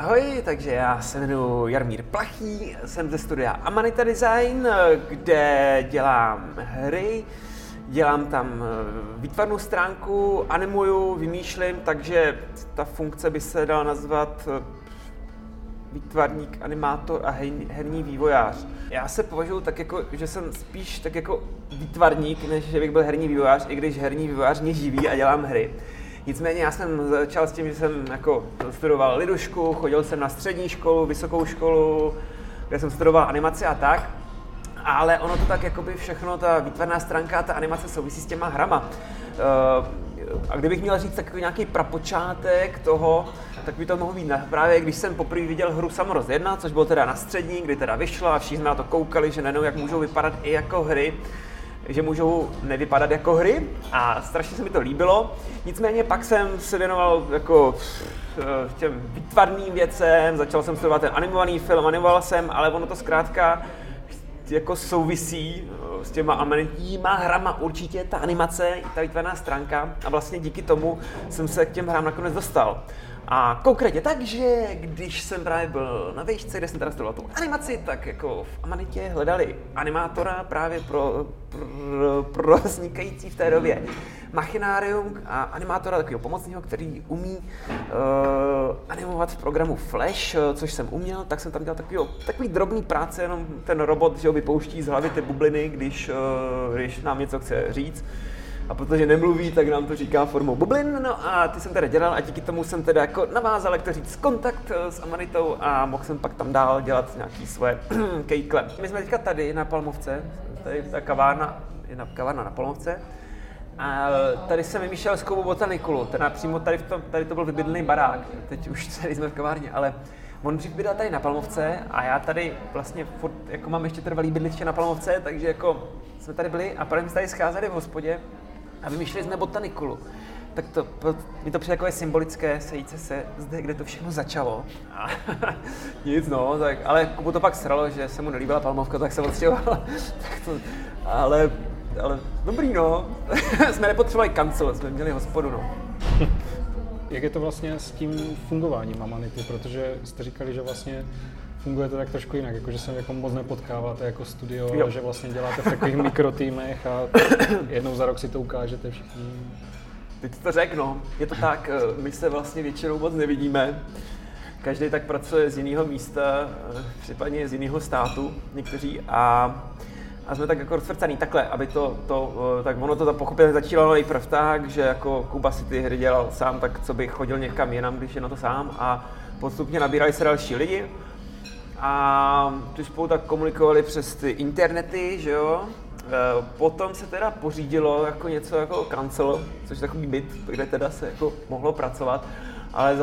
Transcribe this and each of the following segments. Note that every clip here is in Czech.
Ahoj, takže já se jmenuji Jarmír Plachý, jsem ze studia Amanita Design, kde dělám hry, dělám tam výtvarnou stránku, animuju, vymýšlím, takže ta funkce by se dala nazvat výtvarník, animátor a herní vývojář. Já se považuji tak jako, že jsem spíš tak jako výtvarník, než že bych byl herní vývojář, i když herní vývojář mě živí a dělám hry. Nicméně já jsem začal s tím, že jsem jako studoval lidušku, chodil jsem na střední školu, vysokou školu, kde jsem studoval animaci a tak. Ale ono to tak jakoby všechno, ta výtvarná stránka a ta animace souvisí s těma hrama. A kdybych měl říct takový nějaký prapočátek toho, tak by to mohlo být právě, když jsem poprvé viděl hru Samorost 1, což bylo teda na střední, kdy teda vyšla a všichni na to koukali, že nejenom jak můžou vypadat i jako hry, že můžou nevypadat jako hry a strašně se mi to líbilo. Nicméně pak jsem se věnoval jako těm výtvarným věcem, začal jsem studovat ten animovaný film, animoval jsem, ale ono to zkrátka jako souvisí s těma amanitníma hrama určitě ta animace i ta výtvarná stránka a vlastně díky tomu jsem se k těm hrám nakonec dostal. A konkrétně tak, že když jsem právě byl na výšce, kde jsem teda studoval tu animaci, tak jako v Amanitě hledali animátora právě pro vznikající v té době machinárium a animátora takového pomocného, který umí animovat v programu Flash, což jsem uměl, tak jsem tam dělal takový drobný práce, jenom ten robot, že ho vypouští z hlavy ty bubliny, když nám něco chce říct. A protože nemluví, tak nám to říká formou bublin, no a ty jsem teda dělal a díky tomu jsem teda jako navázal, jak to říct, kontakt s Amanitou a mohl jsem pak tam dál dělat nějaký svoje kejkle. My jsme teďka tady na Palmovce, tady ta kavárna na Palmovce a tady jsem vymýšlel s Kubou Botanikulu, teda přímo tady to byl vybydlený barák, teď už tady jsme v kavárně, ale on dřív bydlel tady na Palmovce a já tady vlastně furt, jako mám ještě trvalý bydliště na Palmovce, takže jako jsme tady byli a právě jsme tady scházeli v hospodě a vymýšleli jsme botanikulu. Tak mi to přijde takové symbolické sejít se zde, kde to všechno začalo. A nic no, tak, ale Kubu to pak sralo, že se mu nelíbila Palmovka, tak se odstěhoval. ale dobrý no, jsme nepotřebovali kancel, jsme měli hospodu no. Jak je to vlastně s tím fungováním Amanity, protože jste říkali, že vlastně funguje to tak trošku jinak, jakože se jako moc nepotkáváte jako studio, jo. Že vlastně děláte v takových mikrotýmech a jednou za rok si to ukážete všichni. Teď to řeknu, je to tak, my se vlastně většinou moc nevidíme. Každý tak pracuje z jiného místa, případně z jiného státu někteří a jsme tak jako rozvrcaný takhle, aby tak ono to pochopitelně začínalo nejprv tak, že jako Kuba si ty hry dělal sám, tak co by chodil někam jinam, když je na to sám a postupně nabírali se další lidi. A ty spolu tak komunikovali přes ty internety, že jo. Potom se teda pořídilo jako něco jako kancel, což je takový byt, kde teda se jako mohlo pracovat, ale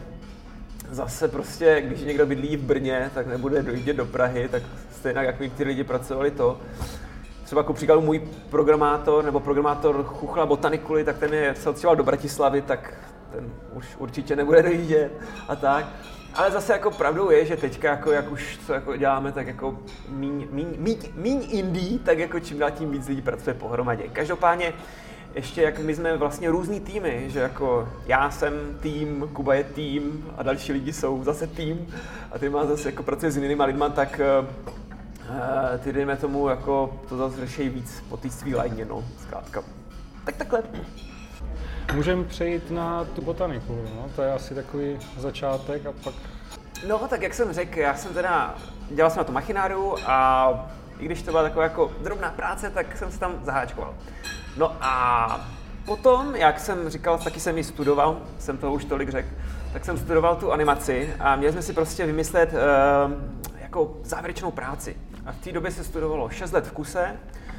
zase prostě, když někdo bydlí v Brně, tak nebude dojíždět do Prahy, tak stejně jak ty lidi pracovali to. Třeba jako příkladu můj programátor Chuchla Botanikuly, tak ten se odstěhoval do Bratislavy, tak ten už určitě nebude dojíždět a tak. Ale zase jako pravdou je, že teďka jako jak už co jako děláme, tak jako míň indie, tak jako čím dál tím víc lidí pracuje pohromadě. Každopádně ještě jak my jsme vlastně různý týmy, že jako já jsem tým, Kuba je tým a další lidi jsou zase tým a ty má zase jako pracuje s jinýma lidma, tak ty dejme tomu jako to zase řeší víc po té svý lajně, no, zkrátka. Tak takhle. Můžeme přejít na tu botaniku, no? To je asi takový začátek a pak... No, tak jak jsem řekl, já jsem teda dělal jsem na tu machináriu a i když to byla taková jako drobná práce, tak jsem se tam zaháčkoval. No a potom, jak jsem říkal, taky jsem ji studoval, jsem toho už tolik řekl, tak jsem studoval tu animaci a měli jsme si prostě vymyslet jako závěrečnou práci. A v té době se studovalo 6 let v kuse,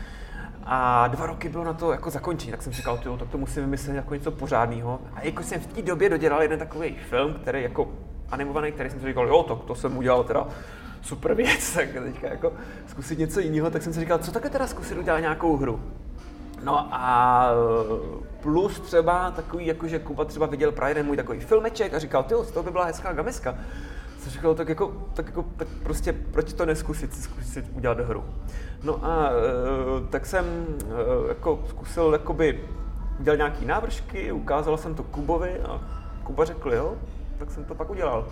a 2 roky bylo na to jako zakončení, tak jsem říkal, tak to musím vymyslet jako něco pořádného. A jako jsem v té době dodělal jeden takový film, který jako animovaný, který jsem si říkal, jo, tak to jsem udělal teda super věc, tak teďka jako zkusit něco jiného, tak jsem si říkal, co takhle teda zkusit udělat nějakou hru. No a plus třeba takový, jakože Kuba třeba viděl právě jeden můj takový filmeček a říkal, z toho by byla hezká gameska. Jsem říkal, tak prostě proč to zkusit udělat hru. No a tak jsem jako zkusil jakoby udělat nějaký návršky, ukázal jsem to Kubovi a Kuba řekl, jo, tak jsem to pak udělal.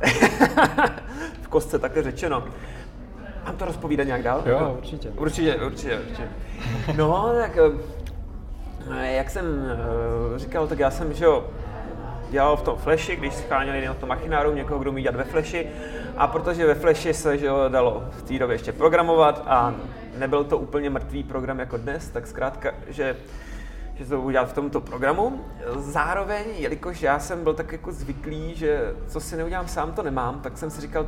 V kostce také řečeno. Mám to rozpovídat nějak dál? Jo, určitě. Určitě. No, tak jak jsem říkal, tak já jsem, že jo, dělal v tom Flashi, když scháněli na tom machináru někoho, kdo umí dělat ve Flashi. A protože ve Flashi se, že jo, dalo v té době ještě programovat a nebyl to úplně mrtvý program jako dnes, tak zkrátka, že to budu dělat v tomto programu. Zároveň, jelikož já jsem byl tak jako zvyklý, že co si neudělám sám, to nemám, tak jsem si říkal,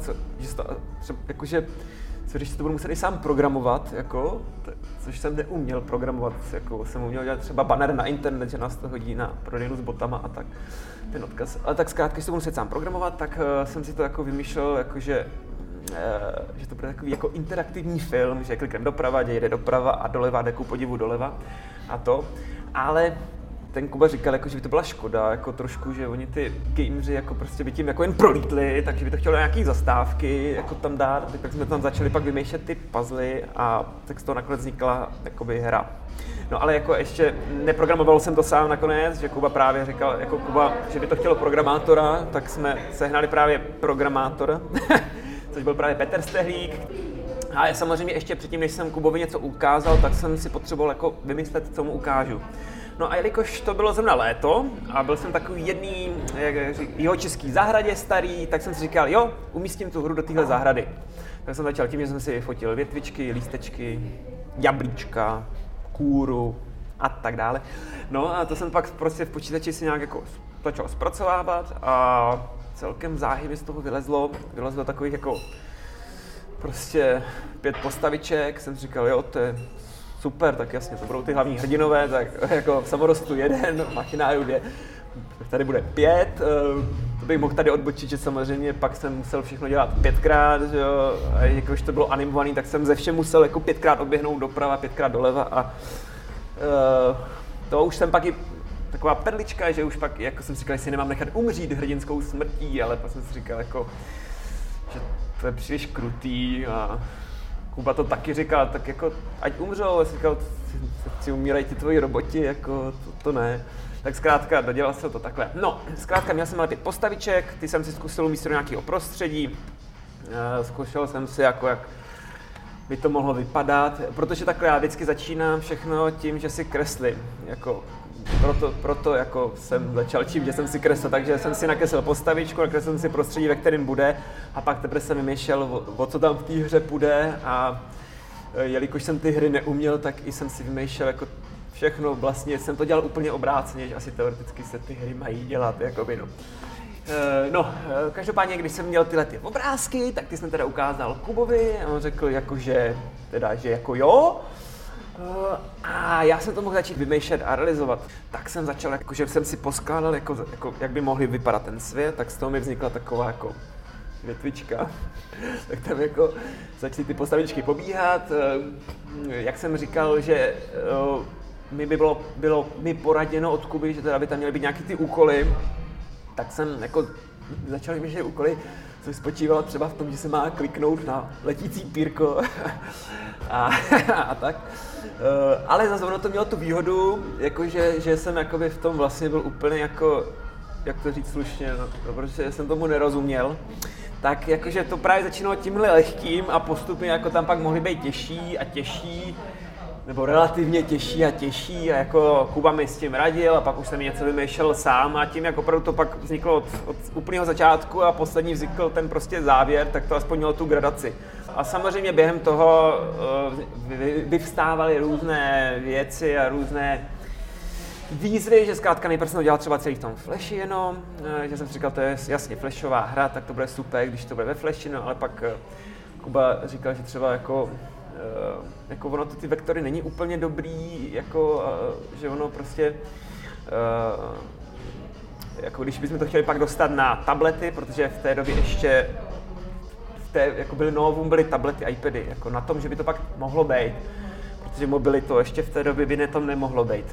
když to budu muset i sám programovat, jako, což jsem neuměl programovat, jako jsem uměl dělat třeba banner na internet, že nás to hodí na prodejnu s botama a tak, ten odkaz. Ale tak zkrátka, když to budu muset sám programovat, tak jsem si to jako vymýšlel, jakože že to bude takový jako interaktivní film, že kliknem doprava, jde doprava a doleva, jde ku podivu doleva a to. Ale ten Kuba říkal, jako, že by to byla škoda, jako trošku, že oni ty gameři jako prostě by tím jako jen prolítli, takže by to chtělo nějaký zastávky jako tam dát, tak jsme tam začali pak vymýšlet ty puzzly a tak z toho nakonec vznikla jakoby hra. No ale jako ještě neprogramoval jsem to sám nakonec, že Kuba právě říkal, jako Kuba, že by to chtělo programátora, tak jsme sehnali právě programátora, což byl právě Petr Stehlík. A samozřejmě ještě předtím, než jsem Kubovi něco ukázal, tak jsem si potřeboval jako vymyslet, co mu ukážu. No a jelikož to bylo zrovna léto a byl jsem takový jedný jihočeský zahradě starý, tak jsem si říkal, jo, umístím tu hru do téhle zahrady. Tak jsem začal tím, že jsem si fotil větvičky, lístečky, jablíčka, kůru a tak dále. No a to jsem pak prostě v počítači si nějak jako začal zpracovávat a celkem záhy mi z toho vylezlo takových jako prostě 5 postaviček, jsem si říkal, jo, to je super, tak jasně, to budou ty hlavní hrdinové, tak jako v Samorostu 1, Machináriu 2, tady bude 5, to bych mohl tady odbočit, že samozřejmě pak jsem musel všechno dělat 5krát, že jo, a jakož to bylo animovaný, tak jsem ze všem musel jako 5krát oběhnout doprava, 5krát doleva a to už jsem pak i taková perlička, že už pak, jako jsem si říkal, jestli nemám nechat umřít hrdinskou smrtí, ale pak jsem si říkal, jako, že to je příliš krutý a Kuba to taky říkal, tak jako ať umřou, já říkal, si umírají ty tvoji roboti, jako to ne. Tak zkrátka dodělal se to takhle. No, zkrátka měl jsem ale 5 postaviček, ty jsem si zkusil umístit do nějakého prostředí, zkoušel jsem si jako jak by to mohlo vypadat, protože takhle já vždycky začínám všechno tím, že si kreslím, jako proto jako jsem začal tím, že jsem si kreslil, takže jsem si nakreslil postavičku, nakreslil jsem si prostředí, ve kterém bude a pak teprve jsem vymýšlel, o co tam v té hře půjde a jelikož jsem ty hry neuměl, tak i jsem si vymýšlel jako všechno, vlastně jsem to dělal úplně obráceně, že asi teoreticky se ty hry mají dělat, jakoby no. Každopádně, když jsem měl tyhle ty obrázky, tak ty jsem teda ukázal Kubovi a on řekl že jako jo. A já jsem to mohl začít vymýšlet a realizovat. Tak jsem začal, jakože jsem si poskládal, jako, jak by mohly vypadat ten svět, tak z toho mi vznikla taková jako větvička. Tak tam jako začaly ty postavičky pobíhat. Jak jsem říkal, že mi bylo poraděno od Kuby, že teda by tam měly být nějaký ty úkoly, tak jsem jako začal vymýšlet úkoly, což spočívalo třeba v tom, že se má kliknout na letící pírko a tak. Ale zase ono to mělo tu výhodu, jakože, že jsem jakoby v tom vlastně byl úplně jako, jak to říct slušně, no, protože jsem tomu nerozuměl. Tak jakože to právě začínalo tímhle lehkým a postupně jako tam pak mohly být těžší a těžší, nebo relativně těžší a jako Kuba mi s tím radil a pak už jsem něco vymýšlel sám a tím jak opravdu to pak vzniklo od úplného začátku a poslední vznikl ten prostě závěr, tak to aspoň mělo tu gradaci. A samozřejmě během toho vyvstávaly různé věci a různé výzvy, že zkrátka nejprve jsem to dělal třeba celý v tom Flashi jenom, že jsem si říkal, to je jasně flashová hra, tak to bude super, když to bude ve Flashi, no ale pak Kuba říkal, že třeba jako ono to ty vektory není úplně dobrý, jako, že ono prostě, jako když bychom to chtěli pak dostat na tablety, protože v té době ještě, jako byly novum, byly tablety, iPady, jako na tom, že by to pak mohlo být, protože mobily to ještě v té době by na tom nemohlo být.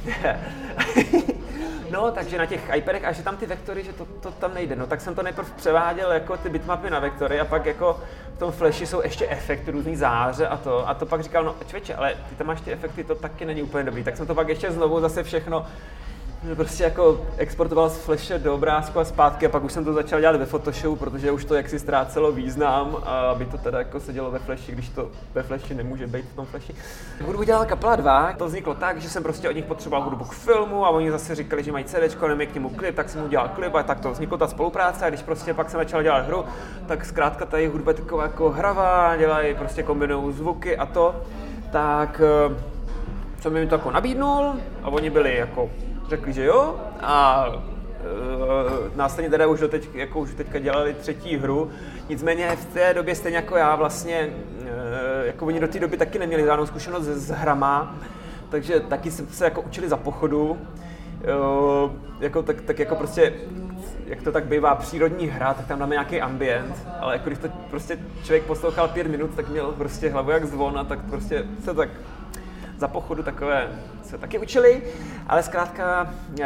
No, takže na těch iPadech, a že tam ty vektory, že to tam nejde, no tak jsem to nejprv převáděl jako ty bitmapy na vektory a pak jako v tom Flashi jsou ještě efekty, různý záře a to pak říkal, no čveče, ale ty tam máš ty efekty, to taky není úplně dobrý, tak jsem to pak ještě znovu zase všechno prostě jako exportoval z Flashe do obrázku a zpátky a pak už jsem to začal dělat ve Photoshopu, protože už to jaksi ztrácelo význam, aby to teda jako se dělo ve Flashi, když to ve Flashi nemůže být v tom Flashi. Hudbu dělala Kapela 2, to vzniklo tak, že jsem prostě od nich potřeboval hudbu k filmu a oni zase říkali, že mají CDčko, neměli k němu klip, tak jsem udělal klip a tak to vzniklo ta spolupráce a když prostě pak jsem začal dělat hru, tak zkrátka ta jejich hudba je taková jako hravá, dělají prostě kombinují zvuky a to, tak jsem jim to jako nabídnul a oni byli jako řekli, že jo a následně teda už teďka dělali 3. hru, nicméně v té době stejně jako já vlastně, jako oni do té doby taky neměli žádnou zkušenost s hrama, takže taky se jako učili za pochodu, jako tak jako prostě, jak to tak bývá přírodní hra, tak tam dáme nějaký ambient, ale jako když to prostě člověk poslouchal 5 minut, tak měl prostě hlavu jak zvon a tak prostě se tak za pochodu takové se taky učili, ale zkrátka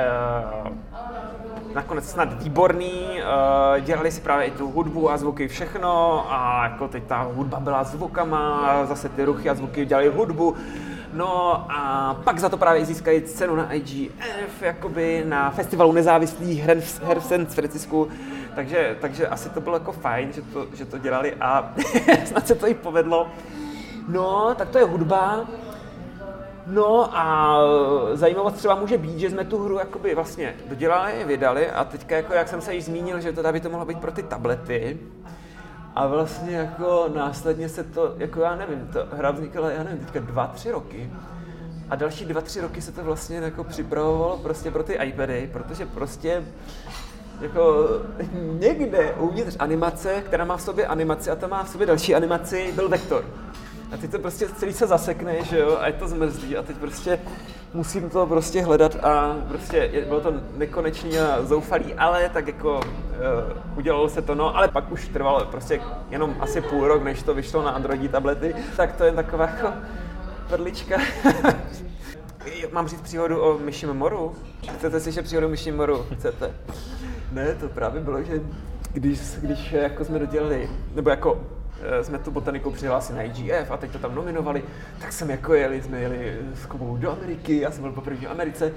nakonec snad výborný, dělali si právě i tu hudbu a zvuky všechno a jako teď ta hudba byla zvukama, zase ty ruchy a zvuky dělali hudbu. No a pak za to právě získají cenu na IGF, jakoby na festivalu nezávislých her v San Francisku, takže asi to bylo jako fajn, že to dělali a snad se to i povedlo. No, tak to je hudba. No a zajímavost třeba může být, že jsme tu hru jakoby vlastně dodělali, vydali a teďka jako jak jsem se již zmínil, že to by to mohlo být pro ty tablety a vlastně jako následně se to, jako já nevím, ta hra vznikala, já nevím, teďka 2-3 roky a další 2-3 roky se to vlastně jako připravovalo prostě pro ty iPady, protože prostě jako někde uvnitř animace, která má v sobě animaci a ta má v sobě další animaci, byl vektor. A teď to prostě celý se zasekne, že jo, a je to zmrzlý a teď prostě musím to prostě hledat a prostě bylo to nekonečný a zoufalý, ale tak jako udělalo se to, no, ale pak už trvalo prostě jenom asi půl rok, než to vyšlo na Androidí tablety, tak to je taková jako perlička. Mám říct příhodu o myším moru? Chcete slyšet příhodu o myším moru? Chcete? Ne, to právě bylo, že když jako jsme dodělali, nebo jako jsme tu botaniku přihlásili na IGF a teď to tam nominovali, tak jsme jeli s Kubou do Ameriky, já jsem byl poprvé v Americe,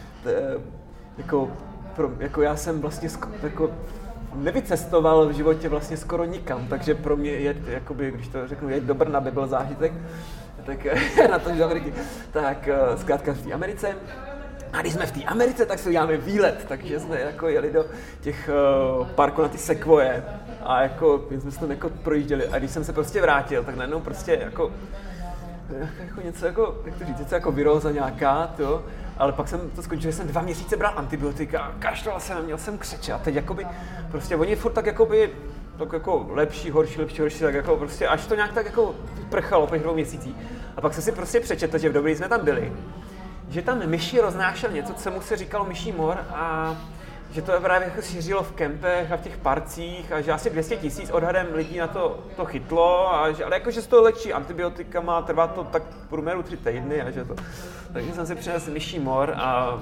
jako já jsem vlastně jako nevycestoval v životě vlastně skoro nikam, takže pro mě jet, jakoby, když to řeknu, jet do Brna by byl zážitek, tak na to do Ameriky, tak zkrátka v té Americe. A když jsme v té Americe, tak si uděláme výlet, takže jsme jako jeli do těch parků na ty sekvoje a jako jsme se tam jako projížděli a když jsem se prostě vrátil, tak najednou prostě jako něco jako, jak to říct, něco jako viróza nějaká, to, ale pak jsem to skončil, že jsem 2 měsíce bral antibiotika a kašlal jsem, měl jsem křeče a teď jakoby, prostě oni furt tak jakoby, tak jako lepší, horší, tak jako prostě, až to nějak tak jako prchalo po 2 měsících a pak jsem si prostě přečetl, že v době, kdy jsme tam byli, že tam myši roznášel něco, co mu se říkalo myší mor a že to právě jako šířilo v kempech a v těch parcích a že asi 200 000 odhadem lidí na to chytlo, a že, ale jako, že se to léčí antibiotikama, trvá to tak v průměru 3 týdny a že to. Takže jsem si přinesl myší mor a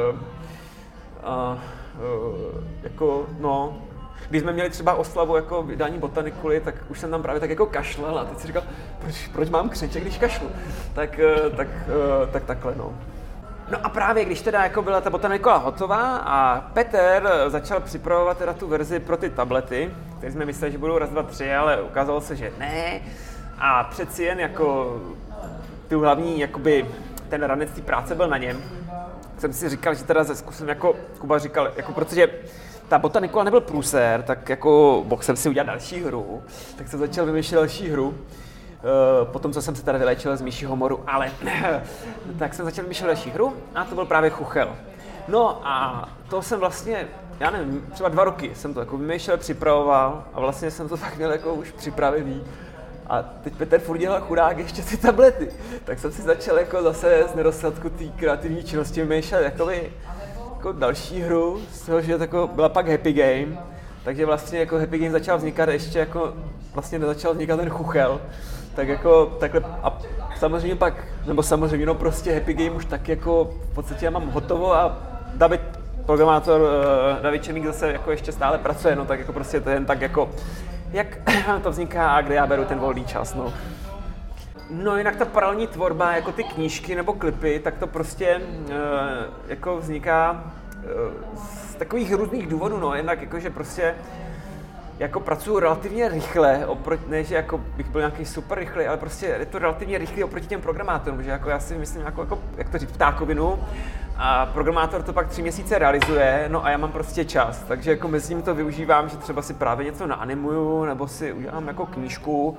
jako no, když jsme měli třeba oslavu jako vydání Botanikuly, tak už jsem tam právě tak jako kašlel a teď si říkal, proč mám křeče, když kašlu? Tak takhle no. No a právě když teda jako byla ta Botanikula hotová a Petr začal připravovat teda tu verzi pro ty tablety, které jsme mysleli, že budou 1, 2, 3, ale ukázalo se, že ne. A přeci jen jako tu hlavní, jakoby ten ranec té práce byl na něm. Jsem si říkal, že teda zkusím jako Kuba říkal, jako protože ta Botanikula nebyl průser, tak jako mohl jsem si udělat další hru, tak jsem začal vymýšlet další hru. Potom, co jsem se tady vyléčil z myšího moru, ale tak jsem začal vymýšlet další hru a to byl právě Chuchel. No a to jsem vlastně, já nevím, třeba 2 roky jsem to jako vymýšlel, připravoval a vlastně jsem to tak měl jako už připravený. A teď Petr furt dělal chudák ještě ty tablety, tak jsem si začal jako zase z nedostatku té kreativní činnosti vymýšlet jako další hru, z toho, že jako byla pak Happy Game, takže vlastně jako Happy Game začal vznikat ještě jako, vlastně nezačal vznikat ten Chuchel, tak jako takhle a samozřejmě pak, nebo samozřejmě no prostě Happy Game už tak jako v podstatě já mám hotovo a David, programátor David Čemík zase jako ještě stále pracuje, no tak jako prostě to jen tak jako, jak to vzniká a kde já beru ten volný čas, no. No jinak ta paralelní tvorba, jako ty knížky nebo klipy, tak to prostě jako vzniká z takových různých důvodů, no, jednak jako, že prostě jako pracuji relativně rychle, ne, že jako bych byl nějaký super rychlý, ale prostě je to relativně rychlý oproti těm programátorům, že jako já si myslím jako jak to říct, ptákovinu a programátor to pak 3 měsíce realizuje, no a já mám prostě čas, takže jako mezi tím to využívám, že třeba si právě něco naanimuju, nebo si udělám jako knížku,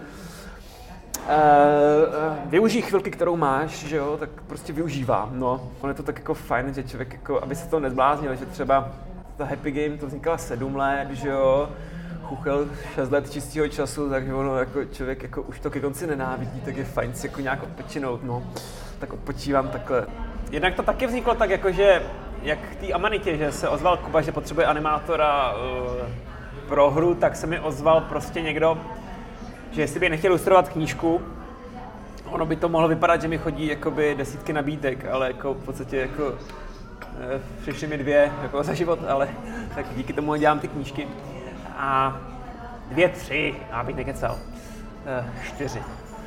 využij chvilky, kterou máš, že jo, tak prostě využívám, no. On je to tak jako fajn, že člověk jako, aby se to nezbláznil, že třeba ta Happy Game to vznikala 7 let, že jo, Chuchel 6 let čistého času, takže ono jako člověk jako už to ke konci nenávidí, tak je fajn si jako nějak odpočinout, no. Tak odpočívám takhle. Jednak to taky vzniklo tak jako, že jak k té Amanitě, že se ozval Kuba, že potřebuje animátora pro hru, tak se mi ozval prostě někdo, že jestli by nechtěl ilustrovat knížku, ono by to mohlo vypadat, že mi chodí jakoby desítky nabídek, ale jako v podstatě jako přišly mi 2 jako za život, ale tak díky tomu dělám ty knížky. A 2, 3, abych nekecal. 4.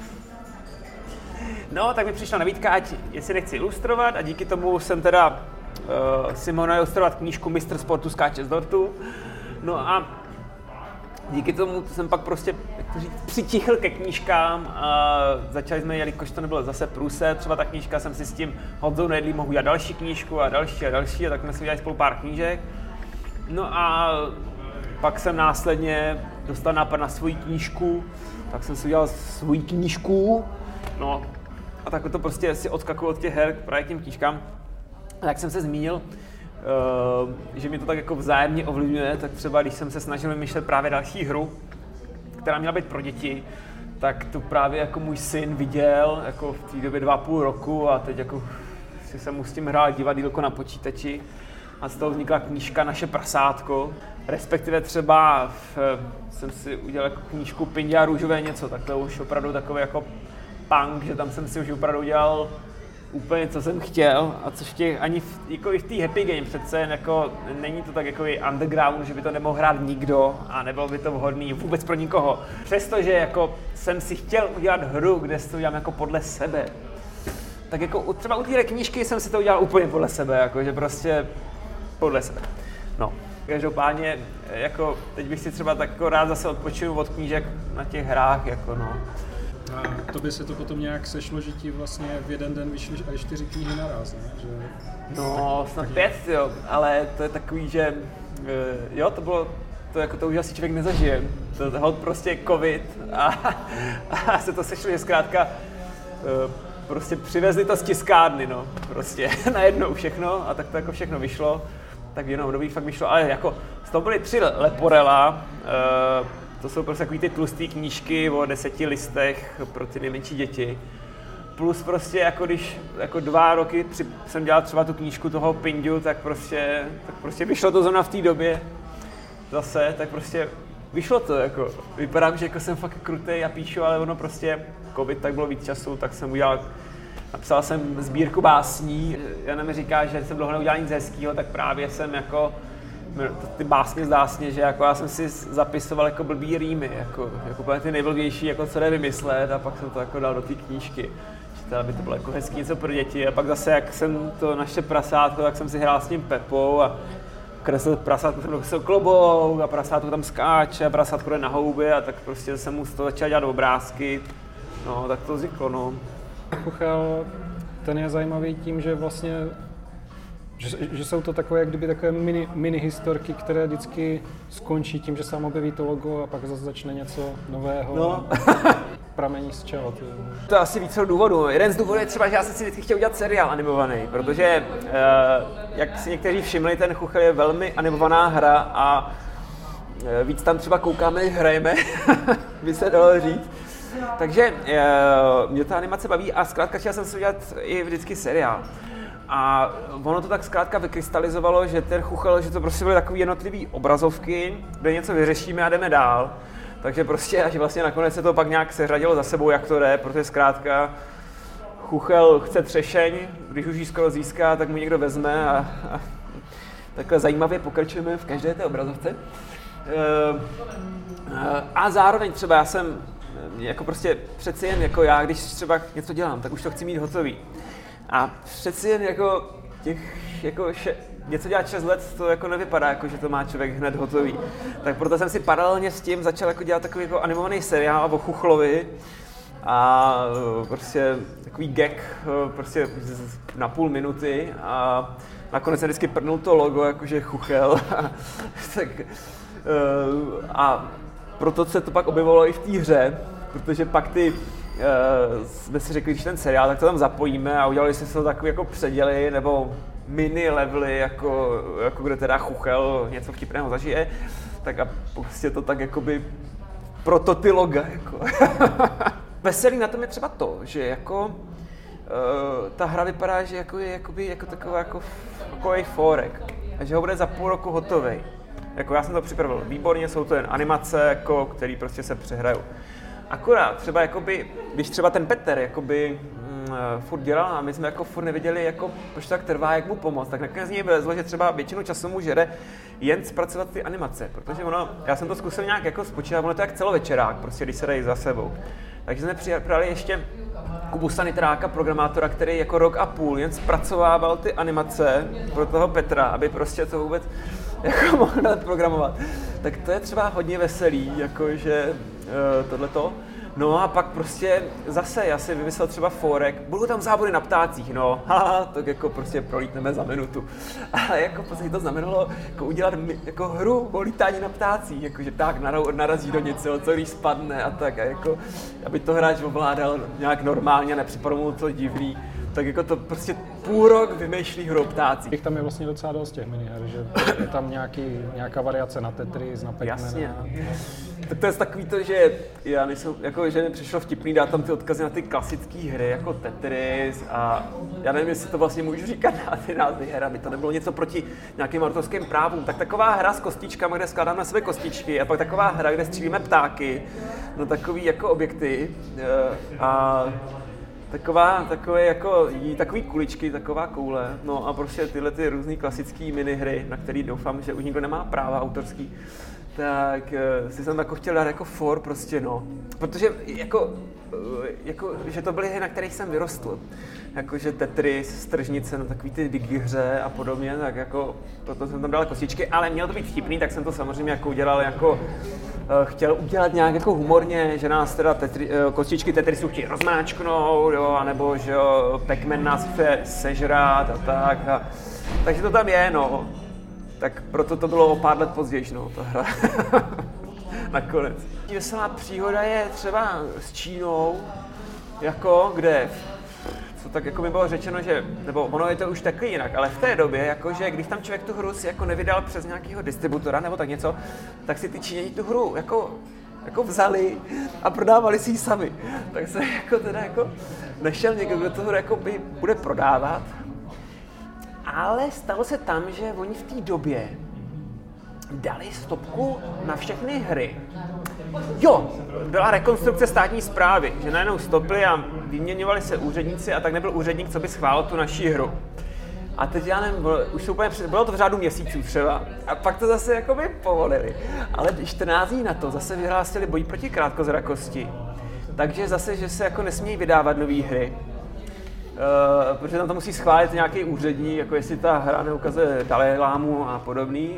No, tak mi přišla nabídka, ať jestli nechci ilustrovat a díky tomu jsem teda si mohl ilustrovat knížku Mistr sportu skáče z dortu. No a díky tomu jsem pak prostě, jak to říct, přitichl ke knížkám a začali jsme, jelikož to nebylo zase průse, třeba ta knížka, jsem si s tím Honzou Nejedlým mohl udělat další knížku a další a tak jsme si udělali spolu pár knížek. No a pak jsem následně dostal nápad na svoji knížku, tak jsem si udělal svoji knížku, no a tak to prostě si odskakuju od těch her právě k těm knížkám. A jak jsem se zmínil, že mě to tak jako vzájemně ovlivňuje, tak třeba když jsem se snažil vymýšlet právě další hru, která měla být pro děti, tak to právě jako můj syn viděl jako v té době 2,5 roku a teď jako si jsem mu s tím hrál divadýlko na počítači a z toho vznikla knížka Naše prasátko, respektive třeba jsem si udělal jako knížku Pindě a růžové něco, tak to už opravdu takový jako punk, že tam jsem si už opravdu udělal úplně, co jsem chtěl, a což jako i v té Happy Game přece jako není to tak jako underground, že by to nemohl hrát nikdo a nebylo by to vhodný vůbec pro nikoho. Přestože jako jsem si chtěl udělat hru, kde si to udělám jako podle sebe, tak jako třeba u té knížky jsem si to udělal úplně podle sebe, jako že prostě podle sebe. No, každopádně jako teď bych si třeba tak jako rád zase odpočinul od knížek na těch hrách, jako no. A to by se to potom nějak sešlo, že ti vlastně v jeden den vyšly až 4 knihy naraz, ne? Že... No, snad 5, jo, ale to je takový, že jo, to bylo, to už asi člověk nezažije. To hod prostě covid a se to sešlo, že zkrátka prostě přivezli to z tiskárny, no, prostě najednou všechno a tak to jako všechno vyšlo, tak v jednom období fakt vyšlo, ale jako z toho byly 3 Leporella, to jsou prostě takový ty tlusté knížky o 10 listech pro ty nejmenší děti. Plus prostě jako když jako 2 roky jsem dělal třeba tu knížku toho Pindu, tak prostě vyšlo to zrovna v té době zase, tak prostě vyšlo to jako. Vypadám, že jako jsem fakt krutej a píšu, ale ono prostě covid, tak bylo víc času, tak jsem napsal jsem sbírku básní. Jana mi říká, že jsem dlouho neudělal nic hezkýho, tak právě jsem jako ty básně zdásně, že jako já jsem si zapisoval jako blbý rýmy, jako úplně ty nejblbější, jako co jde vymyslet, a pak jsem to jako dal do té knížky. Že aby to bylo jako hezký něco pro děti. A pak zase, jak jsem to Naše prasátko, tak jsem si hrál s tím Pepou a kreslil prasátko, jsem kreslil klobouk a prasátko tam skáče a prasátko jde na houby a tak prostě jsem mu z toho začal dělat obrázky. No, tak to vzniklo, no. Chuchel, ten je zajímavý tím, že vlastně že jsou to takové, jak kdyby takové mini historky, které vždycky skončí tím, že sám objeví to logo a pak zase začne něco nového. No. Pramení z čeho? To je asi více důvodů. Jeden z důvodů je třeba, že já jsem si vždycky chtěl udělat seriál animovaný, protože jak si někteří všimli, ten Chuchel je velmi animovaná hra a víc tam třeba koukáme, hrajeme, by se dalo říct. Takže mě ta animace baví a zkrátka chtěl jsem si udělat i vždycky seriál. A ono to tak zkrátka vykrystalizovalo, že ten Chuchel, že to prostě byly takový jednotlivý obrazovky, kde něco vyřešíme a jdeme dál. Takže prostě až vlastně nakonec se to pak nějak seřadilo za sebou, jak to jde, protože zkrátka Chuchel chce třešeň, když už ji skoro získá, tak mu někdo vezme a takhle zajímavě pokračujeme v každé té obrazovce. A zároveň třeba já jsem jako prostě přeci jen jako já, když třeba něco dělám, tak už to chci mít hotový. A přeci jen jako něco dělat 6 let, to jako nevypadá, jako že to má člověk hned hotový. Tak proto jsem si paralelně s tím začal jako dělat takový jako animovaný seriál o Chuchlovi a prostě takový gag prostě na půl minuty a nakonec jsem vždycky prdnul to logo, jakože Chuchel. Tak, a proto se to pak objevovalo i v té hře, protože pak jsme si řekli, když ten seriál, tak to tam zapojíme a udělali se to takový jako předěly nebo mini levely, jako kde teda Chuchel něco vtipného zažije, tak a prostě to tak jakoby proto ty loga, jako. Veselý na tom je třeba to, že jako ta hra vypadá, že jako je jako taková jako forek a že ho bude za půl roku hotovej. Jako já jsem to připravil výborně, jsou to jen animace, jako, který prostě se přehrajou. Akorát třeba jakoby, když třeba ten Petr jakoby furt dělal a my jsme jako furt nevěděli, jako, proč tak trvá, jak mu pomoct, tak nakonec z něj vylezlo, že třeba většinu času mu žere jen zpracovat ty animace, protože já jsem to zkusil nějak jako spočítat, ono to je jak celovečerák, prostě když se dají za sebou. Takže jsme připravili ještě Kubu Sanitráka, programátora, který jako rok a půl jen zpracovával ty animace pro toho Petra, aby prostě to vůbec jako mohl programovat. Tak to je třeba hodně veselý, jakože tohleto. No a pak prostě zase já si vymyslel třeba forek, budou tam závody na ptácích, no, haha, tak jako prostě prolítneme za minutu. Ale jako prostě to znamenalo jako udělat jako hru o lítání na ptácích, jakože tak narazí do něco, co když spadne a tak, a jako, aby to hráč ovládal nějak normálně, nepřipadlo mu to divný. Tak jako to prostě půl rok vymýšlí hru o ptácích. Tam je vlastně docela dost těch miniher, že je tam nějaká variace na Tetris, na Pac-Man. Jasně. Tak to je takový to, že já nejsem, jako, že mi přišlo vtipný dát tam ty odkazy na ty klasické hry, jako Tetris a já nevím, jestli to vlastně můžu říkat na ty názvy her, aby to nebylo něco proti nějakým autorským právům. Tak taková hra s kostičkami, kde skládáme na sebe kostičky a pak taková hra, kde střílíme ptáky, no takový jako objekty a takový kuličky, taková koule, no a prostě tyhle ty různý klasické minihry, na který doufám, že už nikdo nemá práva autorský, tak si jsem jako chtěl dát jako for prostě, no. Protože že to byly hry, na kterých jsem vyrostl. Jakože Tetris, Stržnice, no takový ty digihře a podobně, tak jako proto jsem tam dal kostičky, ale mělo to být vtipný, tak jsem to samozřejmě jako udělal jako chtěl udělat nějak jako humorně, že nás teda kostičky Tetrisu chtějí rozmáčknout, jo, anebo že jo, Pac-Man nás chce sežrát a tak. Takže to tam je, no. Tak proto to bylo o pár let později, no, ta hra. Nakonec. Veselá příhoda je třeba s Čínou, jako kde, co tak jako mi bylo řečeno, že, nebo ono je to už taky jinak, ale v té době, jakože když tam člověk tu hru si jako nevydal přes nějakého distributora nebo tak něco, tak si ty Číňani tu hru jako vzali a prodávali si ji sami. Tak se jako teda jako nešel někdo, kdo tu hru jako bude prodávat. Ale stalo se tam, že oni v té době dali stopku na všechny hry. Jo, byla rekonstrukce státní správy, že najednou stopli a vyměňovali se úředníci a tak nebyl úředník, co by schválil tu naší hru. A teď já nevím, bylo to v řádu měsíců třeba a pak to zase jakoby povolili. Ale 14 dní na to zase vyhlásili boj proti krátkozrakosti. Takže zase, že se jako nesmějí vydávat nové hry. Protože tam to musí schválit nějaký úředník, jako jestli ta hra neukazuje Dalajlámu a podobný,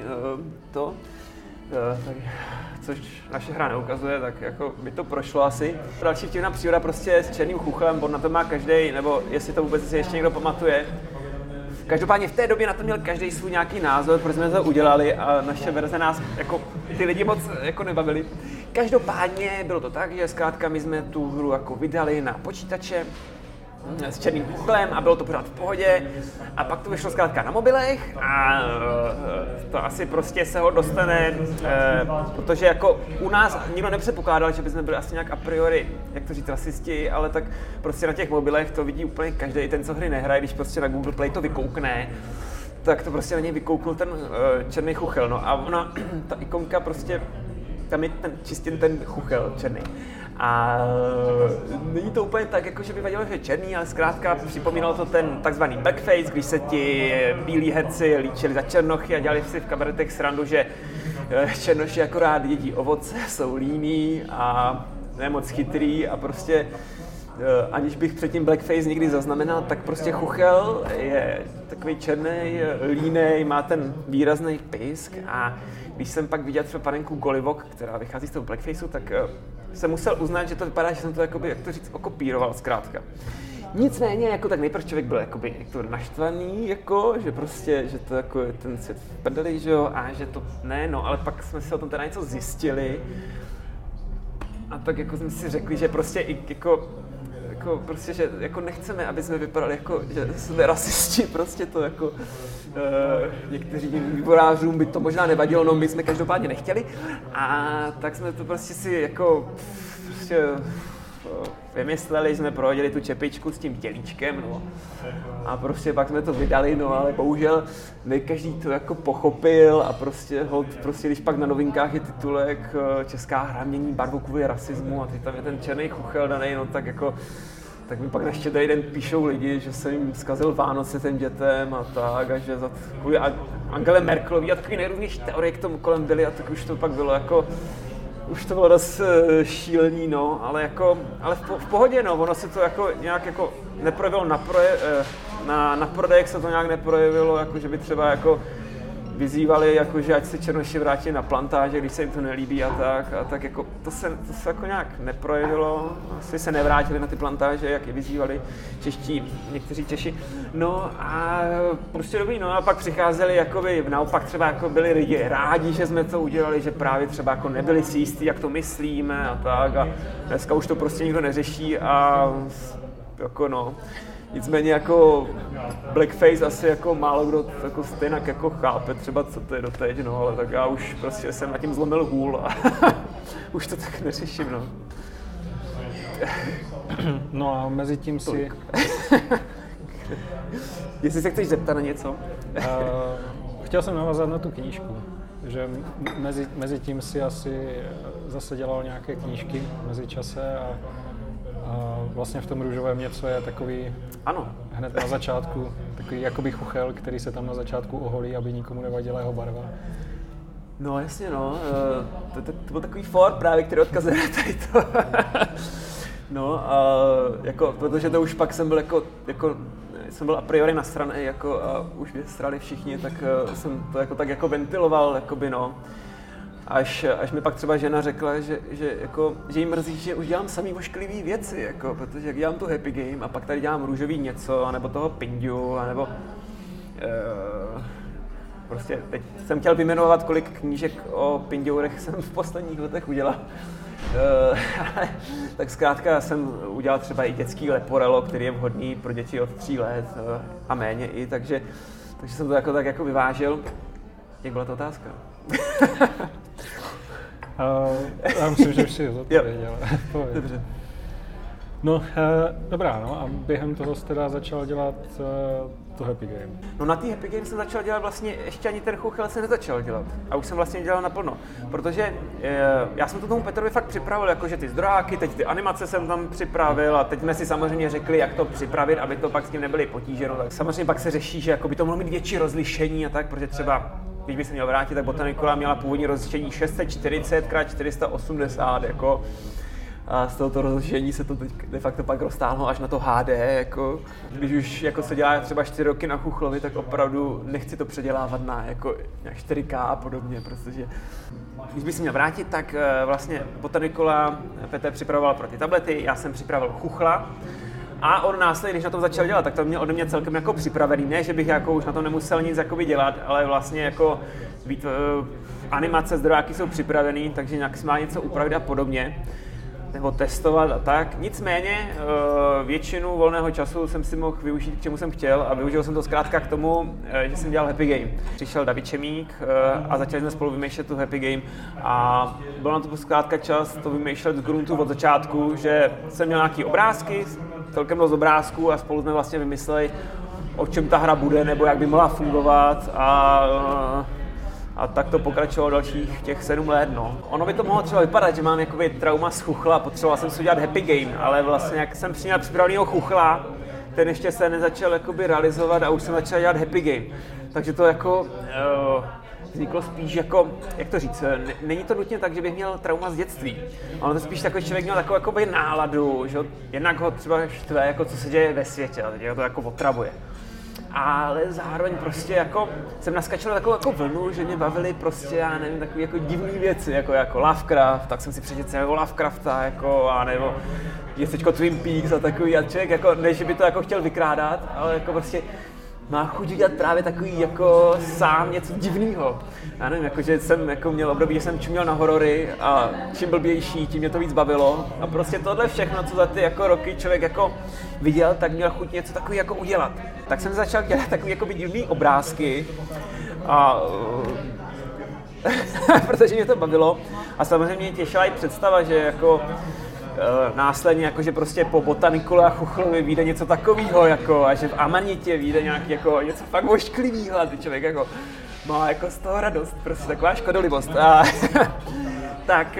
což naše hra neukazuje, tak jako by to prošlo asi. Další vtipná příhoda prostě s Černým chuchlem, bo na to má každý, nebo jestli to vůbec si ještě někdo pamatuje. Každopádně v té době na to měl každý svůj nějaký názor, protože jsme to udělali a naše verze nás jako ty lidi moc jako nebavili. Každopádně bylo to tak, že zkrátka my jsme tu hru jako vydali na počítače s Černým chuchlem a bylo to pořád v pohodě a pak to vyšlo zkrátka na mobilech a to asi prostě se ho dostane, protože jako u nás nikdo nepředpokládal, že bychom byli asi nějak a priori, jak to říct, rasisti, ale tak prostě na těch mobilech to vidí úplně každý, i ten, co hry nehraje, když prostě na Google Play to vykoukne, tak to prostě na něj vykouknul ten Černý chuchel, no a ona, ta ikonka prostě, tam je čistě ten chuchel černý. A není to úplně tak, jako že by vadilo, že je černý, ale zkrátka připomínalo to ten takzvaný blackface, když se ti bílí herci líčili za černochy a dělali si v kabaretech srandu, že černoši akorát jedí ovoce, jsou líní a ne moc chytrý a prostě aniž bych předtím blackface nikdy zaznamenal, tak prostě Chuchel je takový černý, línej, má ten výrazný pisk a když jsem pak viděl třeba panenku Golivok, která vychází z toho blackfaceu, tak jsem musel uznat, že to vypadá, že jsem to jakoby, jak to říct, okopíroval zkrátka. Nicméně, jako tak nejprve člověk byl jakoby jako naštvaný, jako, že prostě, že to jako je ten svět v prdeli, že jo, a že to ne, no, ale pak jsme si o tom teda něco zjistili a tak jako jsme si řekli, že prostě i jako prostě, že jako nechceme, aby jsme vypadali jako, že jsme rasisti, prostě to jako někteří vývojářům by to možná nevadilo, no my jsme každopádně nechtěli a tak jsme to prostě si jako prostě vymysleli, jsme prohodili tu čepičku s tím tělíčkem, no a prostě pak jsme to vydali, no ale bohužel ne každý to jako pochopil a prostě když pak na novinkách je titulek Česká hra mění barvu kvůli rasismu a teď tam je ten černý Chuchel danej, no tak jako tak mi pak na Štědrý den píšou lidi, že jsem jim zkazil Vánoce těm dětem a tak a že kvůli Angele Merkelový a takový nejrůznější teorie k tomu kolem byly a tak už to pak bylo jako už to bylo dost šílený, no, ale v pohodě, no, ono se to jako nějak jako neprojevilo na prodejech se to nějak neprojevilo, jako že by třeba jako vyzývali, jako že ať se černoši vrátí na plantáže, když se jim to nelíbí a tak jako to se jako nějak neprojevilo, asi se nevrátili na ty plantáže, jak je vyzývali někteří Češi. No a prostě dobrý, no a pak přicházeli jakoby, naopak třeba jako byli lidi rádi, že jsme to udělali, že právě třeba jako nebyli si jistí, jak to myslíme a tak a dneska už to prostě nikdo neřeší a jako no. Nicméně jako blackface asi jako málo kdo jako stejně jako chápe třeba, co to je doteď, no, ale tak já už prostě jsem nad tím zlomil hůl a už to tak neřeším, no. No a mezi tím si... Jestli se chceš zeptat na něco? Chtěl jsem navázat na tu knížku, že mezi tím si asi zase dělal nějaké knížky v mezičase a vlastně v tom růžovém něco je takový, ano, hned na začátku, takový jakoby Chuchel, který se tam na začátku oholí, aby nikomu nevadila jeho barva. No jasně, no, to byl takový for právě, který odkazuje na tady to. No, jako, protože to už pak jsem byl jsem byl a priori nasranej, jako a už mě srali všichni, tak jsem to jako tak jako ventiloval, jakoby no. Až mi pak třeba žena řekla, že jí mrzí, že už dělám samý ošklivý věci, jako, protože jak dělám tu Happy Game a pak tady dělám růžový něco, anebo toho Pindu, anebo prostě teď jsem chtěl vyjmenovat, kolik knížek o Pindourech jsem v posledních letech udělal. Tak zkrátka jsem udělal třeba i dětský Leporello, který je vhodný pro děti od 3 let a méně i, takže jsem to jako tak jako vyvážil. Jak byla ta otázka? Já myslím, že už si odpověděl. Dobře. No, dobrá, no a během toho jste teda začal dělat to Happy Game. No na té Happy Game jsem začal dělat vlastně, ještě ani ten Chuchel se nezačal dělat. A už jsem vlastně dělal naplno. Protože já jsem to tomu Petrovi fakt připravil, jakože ty zdrojáky, teď ty animace jsem tam připravil a teď jsme si samozřejmě řekli, jak to připravit, aby to pak s tím nebyly potíže. No, tak samozřejmě pak se řeší, že jako by to mohlo mít větší rozlišení a tak, protože třeba když by se měl vrátit, tak Botanicula měla původní rozlišení 640x480, jako. A z tohoto rozlišení se to teď de facto pak roztáhlo až na to HD, jako. Když už jako se dělá třeba 4 roky na Chuchlovi, tak opravdu nechci to předělávat na jako 4K a podobně, protože když by se měl vrátit, tak vlastně Botanicula Petr připravoval pro ty tablety, já jsem připravil Chuchla. A on následně, když na tom začal dělat, tak to měl ode mě celkem jako připravený. Ne, že bych jako už na tom nemusel nic jakoby dělat, ale vlastně jako animace, zdrojáky jsou připravený, takže nějak si má něco upravit a podobně. Nebo testovat a tak. Nicméně většinu volného času jsem si mohl využít, k čemu jsem chtěl a využil jsem to zkrátka k tomu, že jsem dělal Happy Game. Přišel David Čemík a začali jsme spolu vymýšlet tu Happy Game a byl na to zkrátka čas to vymýšlet z gruntu od začátku, že jsem měl nějaký obrázky, celkem dost obrázků a spolu jsme vlastně vymysleli, o čem ta hra bude nebo jak by mohla fungovat a tak to pokračovalo dalších těch 7 let, no. Ono by to mohlo třeba vypadat, že mám jakoby trauma z Chuchla, potřeboval jsem si udělat Happy Game, ale vlastně jak jsem přiměl připravenýho Chuchla, ten ještě se nezačal jakoby realizovat a už jsem začal dělat Happy Game. Takže to jako vzniklo spíš jako, jak to říct, není to nutně tak, že bych měl trauma z dětství. Ono to spíš takový člověk měl takovou jakoby náladu, že jednak ho třeba štve, jako co se děje ve světě, a teď ho to jako otravuje. Ale zároveň prostě jako jsem naskačil na takovou jako vlnu, že mě bavily prostě, já nevím, takové jako divné věci, jako Lovecraft, tak jsem si přečetl celého Lovecrafta, jako, a nebo děcečko Twin Peaks a takový, a člověk jako, ne, že by to jako chtěl vykrádat, ale jako prostě má chuť dělat právě takový jako sám něco divného. Já nevím, jako, že jsem jako měl období, že jsem čuměl na horory a čím blbější, tím mě to víc bavilo. A prostě tohle všechno, co za ty jako roky člověk jako viděl, tak měl chuť něco takový jako udělat. Tak jsem začal dělat takový jako divný obrázky a protože mě to bavilo. A samozřejmě mě těšila i představa, že jako následně jakože prostě po Botanikule a Chuchlovi vyjde něco takového, jako, a že v Amanitě vyjde nějaký jako něco fakt ošklivýho a ty člověk jako má jako z toho radost, prostě taková škodolibost. Tak,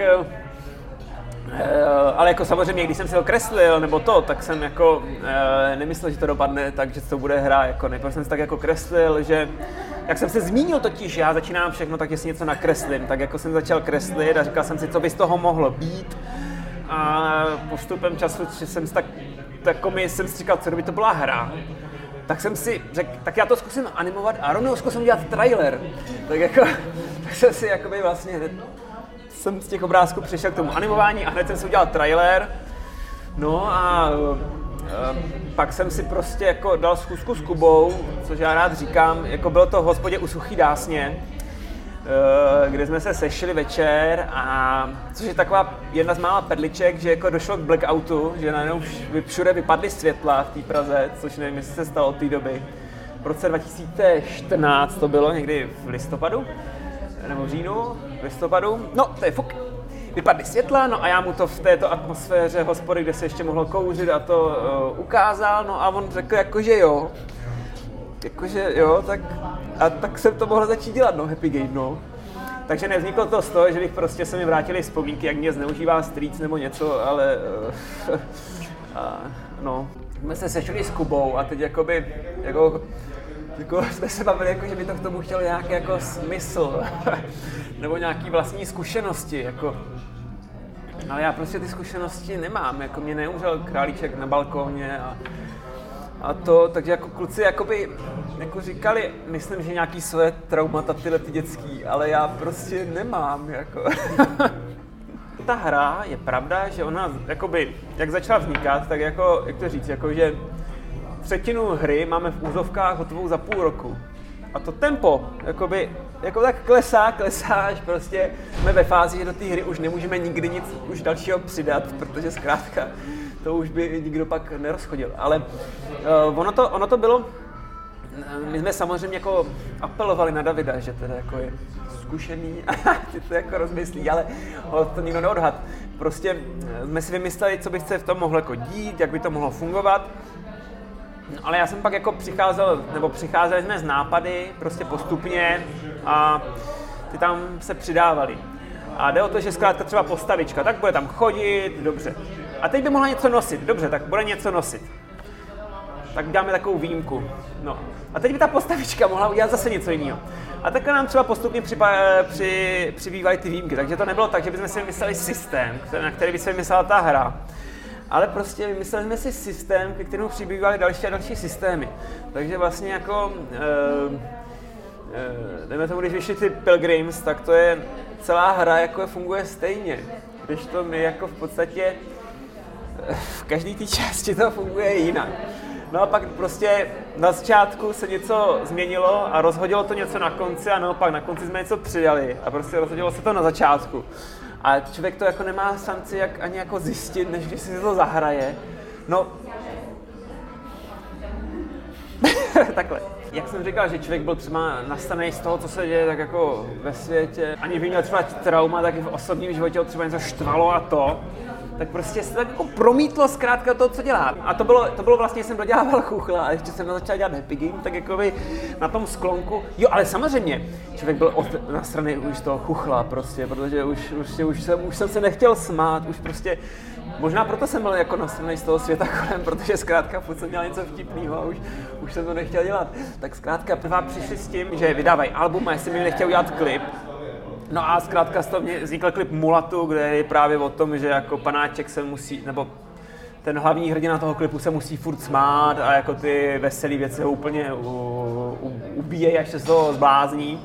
ale jako samozřejmě, když jsem si ho kreslil nebo to, tak jsem jako nemyslel, že to dopadne tak, že to bude hra, jako nejprve jsem si tak jako kreslil, že jak jsem se zmínil totiž, já začínám všechno tak, že si něco nakreslím, tak jako jsem začal kreslit a říkal jsem si, co by z toho mohlo být. A postupem času, že jsem si jsem si říkal, co kdyby to byla hra, tak jsem si řekl, tak já to zkusím animovat a rovnou zkusím dělat trailer. Tak jsem si jakoby vlastně, jsem z těch obrázků přišel k tomu animování a hned jsem si udělal trailer. No a pak jsem si prostě jako dal schůzku s Kubou, což já rád říkám, jako bylo to v hospodě u Suchý Dásně, kde jsme se sešli večer a což je taková jedna z mála perliček, že jako došlo k blackoutu, že najednou všude vypadly světla v té Praze, což nevím, jestli se stalo od té doby. V roce 2014 to bylo, někdy v listopadu, nebo v říjnu, v listopadu, no to je fuk. Vypadly světla, no a já mu to v této atmosféře hospody, kde se ještě mohlo kouřit a to ukázal, no a on řekl jakože jo, tak jsem to mohl začít dělat, no, Happy Game, no. Takže nevzniklo to z toho, že bych prostě se mi vrátili vzpomínky, jak mě zneužívá strýc nebo něco, ale no. Jsme se sešli s Kubou a teď jakoby, jako jsme se bavili, jako, že by to k tomu chtělo nějaký jako smysl, nebo nějaký vlastní zkušenosti, jako. Ale já prostě ty zkušenosti nemám, jako mě neumřel králíček na balkóně a to, takže jako kluci jakoby, jako říkali, myslím, že nějaký své traumata tyhle ty dětský, ale já prostě nemám, jako. Ta hra je pravda, že ona, jakoby, jak začala vznikat, tak jako, jak to říct, jako, že třetinu hry máme v úzovkách hotovou za půl roku. A to tempo, jakoby, jako tak klesá, až prostě jsme ve fázi, že do té hry už nemůžeme nikdy nic už dalšího přidat, protože zkrátka to už by nikdo pak nerozchodil. Ale ono to bylo, my jsme samozřejmě jako apelovali na Davida, že teda jako je zkušený a ty to jako rozmyslí, ale to nikdo neodhad. Prostě jsme si vymysleli, co by se v tom mohlo jako dít, jak by to mohlo fungovat. Ale já jsem pak jako přicházeli jsme z nápady prostě postupně a ty tam se přidávali. A jde o to, že zkrátka třeba postavička, tak bude tam chodit, dobře. A teď by mohla něco nosit, dobře, tak bude něco nosit. Tak děláme takovou výjimku. No. A teď by ta postavička mohla udělat zase něco jiného. A takhle nám třeba postupně přibývaly ty výjimky. Takže to nebylo tak, že bychom si vymysleli systém, na který by se vymyslela ta hra. Ale prostě vymysleli jsme si systém, ke kterému přibývaly další a další systémy. Takže vlastně jako, dejme tomu, když vyšly ty Pilgrims, tak to je celá hra, jako funguje stejně. Když to my jako v podstatě v každé té části to funguje jinak. No a pak prostě na začátku se něco změnilo a rozhodilo to něco na konci a naopak na konci jsme něco přidali a prostě rozhodilo se to na začátku. A člověk to jako nemá šanci jak ani jako zjistit, než když si to zahraje. No, takhle. Jak jsem říkal, že člověk byl třeba nastavený z toho, co se děje tak jako ve světě, ani by měl třeba trauma, tak i v osobním životě třeba něco štvalo a to. tak prostě se tak jako promítlo zkrátka to, co dělá. A to bylo vlastně, jsem dodělával Chuchla a ještě jsem začal dělat Happy Game, tak jakoby na tom sklonku. Jo, ale samozřejmě, člověk byl na straně už toho Chuchla prostě, protože už jsem se nechtěl smát, už prostě, možná proto jsem byl jako na straně z toho světa kolem, protože zkrátka furt jsem dělal něco vtipného a už jsem to nechtěl dělat. Tak zkrátka prvá přišli s tím, že vydávají album a jestli mi nechtěl udělat klip. No a zkrátka z toho vznikl klip Mulatu, kde je právě o tom, že jako panáček se musí, nebo ten hlavní hrdina toho klipu se musí furt smát a jako ty veselé věci ho úplně ubíjejí, až se z toho zblázní.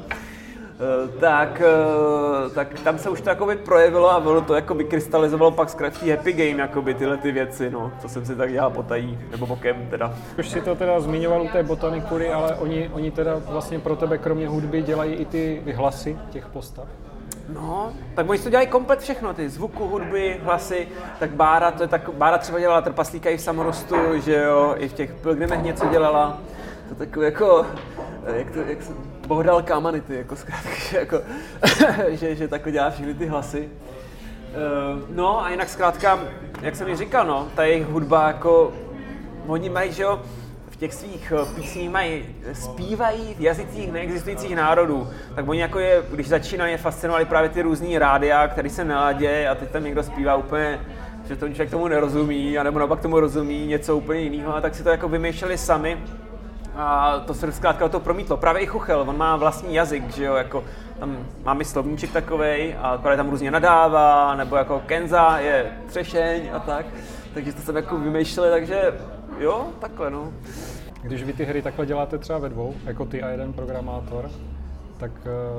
Tak tam se už to jakoby projevilo a bylo to jako vykrystalizovalo pak zkrátka Happy Game, jakoby tyhle ty věci, no, co jsem si tak dělal potají, nebo bokem teda. Už si to teda zmiňoval u té Botanikury, ale oni teda vlastně pro tebe kromě hudby dělají i ty hlasy těch postav. No, tak oni to dělají komplet všechno, ty zvuku, hudby, hlasy, tak Bára třeba dělala Trpaslíka i v Samorostu, že jo, i v těch Pilgrimech něco dělala, to takové jako, jak se Bohdal Kamanity, jako zkrátka, jako, že takhle dělá všechny ty hlasy. No a jinak zkrátka, jak jsem ji říkal, no, ta jejich hudba, jako, oni mají, že jo, v těch svých písních zpívají v jazycích neexistujících národů, tak oni jako když začínali, fascinovali právě ty různý rádia, které se naladí a teď tam někdo zpívá úplně, že to člověk tomu nerozumí, anebo naopak tomu rozumí něco úplně jiného, a tak si to jako vymýšleli sami. A to se zkrátka to promítlo. Právě i Chuchel, on má vlastní jazyk, že jo, jako tam máme slovníček takovej a akorát tam různě nadává, nebo jako Kenza je třešeň a tak. Takže to jsem jako vymýšleli, takže jo, takhle no. Když vy ty hry takhle děláte třeba ve dvou, jako ty a jeden programátor, tak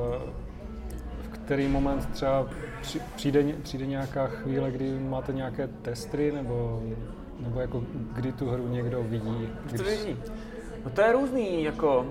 v který moment třeba přijde nějaká chvíle, kdy máte nějaké testy, nebo jako kdy tu hru někdo vidí? Co vidí? No to je různý, jako,